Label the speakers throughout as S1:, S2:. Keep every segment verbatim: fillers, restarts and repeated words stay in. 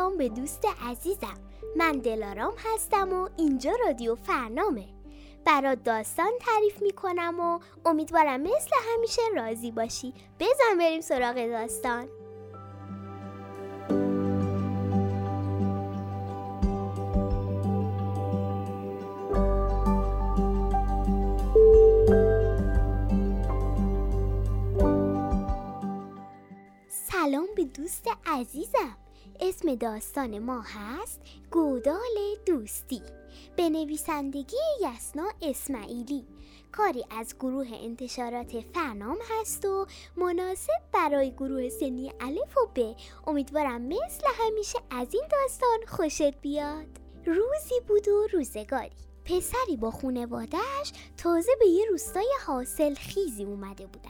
S1: سلام به دوست عزیزم. من دلارام هستم و اینجا رادیو فرنامه. برات داستان تعریف میکنم و امیدوارم مثل همیشه راضی باشی. بزن بریم سراغ داستان. سلام به دوست عزیزم. اسم داستان ما هست گودال دوستی، به نویسندگی یسنا اسماعیلی. کاری از گروه انتشارات فرنام هست و مناسب برای گروه سنی الف و ب. امیدوارم مثل همیشه از این داستان خوشت بیاد. روزی بود و روزگاری. پسری با خونواده‌اش تازه به یه روستای حاصل خیزی اومده بودن.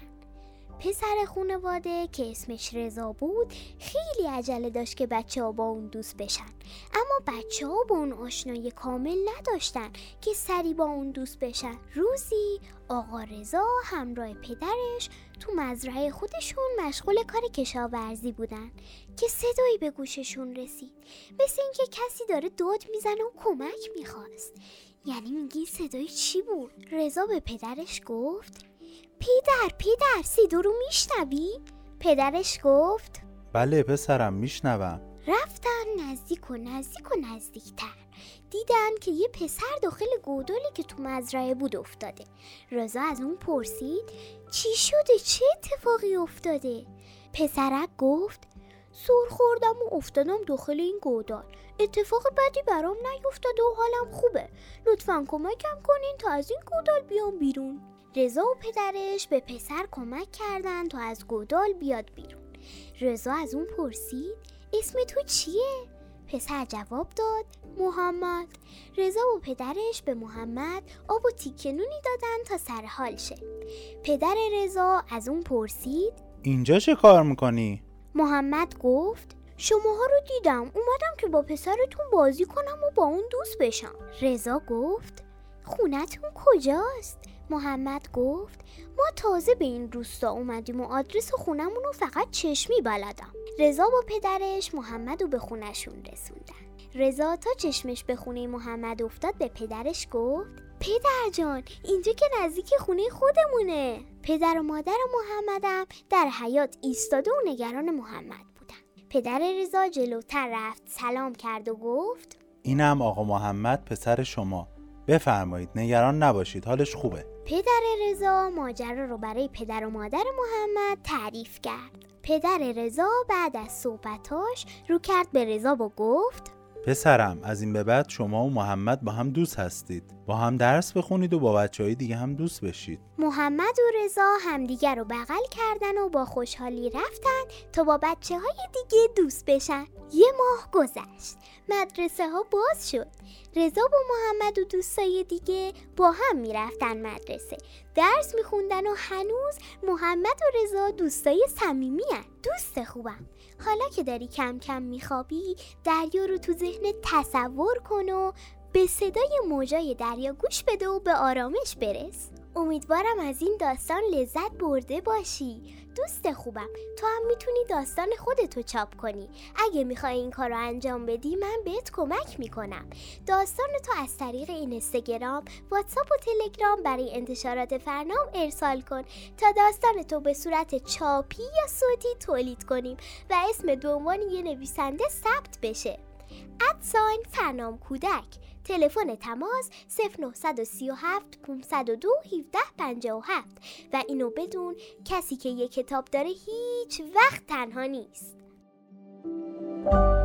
S1: پسر خانواده که اسمش رضا بود خیلی عجله داشت که بچه ها با اون دوست بشن، اما بچه ها با اون آشنایی کامل نداشتن که سری با اون دوست بشن. روزی آقا رضا همراه پدرش تو مزرعه خودشون مشغول کار کشاورزی بودن که صدایی به گوششون رسید، مثل اینکه کسی داره داد میزنه و کمک میخواست. یعنی میگی صدای چی بود؟ رضا به پدرش گفت پدر پدر صدا رو میشنوی؟ پدرش گفت
S2: بله پسرم میشنوم.
S1: رفتن نزدیک و نزدیک و نزدیکتر، دیدن که یه پسر داخل گودالی که تو مزرعه بود افتاده. رضا از اون پرسید چی شده؟ چه اتفاقی افتاده؟ پسرک گفت سر خوردم و افتادم داخل این گودال. اتفاق بدی برام نیفتاده و حالم خوبه. لطفاً کمکم کنین تا از این گودال بیام بیرون. رضا و پدرش به پسر کمک کردن تا از گودال بیاد بیرون. رضا از اون پرسید اسم تو چیه؟ پسر جواب داد محمد. رضا و پدرش به محمد آب و تیکه نونی دادن تا سر حال شه. پدر رضا از اون پرسید
S2: اینجا چه کار میکنی؟
S1: محمد گفت شماها رو دیدم اومدم که با پسرتون بازی کنم و با اون دوست بشم. رضا گفت خونتون کجاست؟ محمد گفت ما تازه به این روستا اومدیم و آدرس خونمون رو فقط چشمی بلدم. رضا با پدرش محمد رو به خونشون رسوندن. رضا تا چشمش به خونه محمد افتاد به پدرش گفت پدر جان اینجا که نزدیک خونه خودمونه. پدر و مادر محمدم در حیاط ایستاده و نگران محمد بودن. پدر رضا جلوتر رفت سلام کرد و گفت
S2: اینم آقا محمد پسر شما، بفرمایید نگران نباشید حالش خوبه.
S1: پدر رضا ماجرا رو برای پدر و مادر محمد تعریف کرد. پدر رضا بعد از صحبتاش رو کرد به رضا و گفت
S2: پسرم از این به بعد شما و محمد با هم دوست هستید، با هم درس بخونید و با بچهای دیگه هم دوست بشید.
S1: محمد و رضا همدیگر رو بغل کردن و با خوشحالی رفتن تا با بچه های دیگه دوست بشن. یه ماه گذشت، مدرسه ها باز شد. رضا با محمد و دوستای دیگه با هم میرفتن مدرسه، درس میخوندن و هنوز محمد و رضا دوستای صمیمی هن. دوست خوبم، حالا که داری کم کم میخوابی دریا رو تو ذهنت تصور کن و به صدای موجای دریا گوش بده و به آرامش برس. امیدوارم از این داستان لذت برده باشی. دوست خوبم، تو هم میتونی داستان خودتو چاپ کنی. اگه میخوای این کار رو انجام بدی من بهت کمک میکنم. داستان تو از طریق اینستاگرام، واتساپ و تلگرام برای انتشارات فرنام ارسال کن تا داستان تو به صورت چاپی یا صوتی تولید کنیم و اسم به عنوان یه نویسنده ثبت بشه. ادساین فرنام کودک. تلفن تماس صفر نه سه هفت پانصد و دو هفده پنجاه و هفت. و اینو بدون کسی که یه کتاب داره هیچ وقت تنها نیست.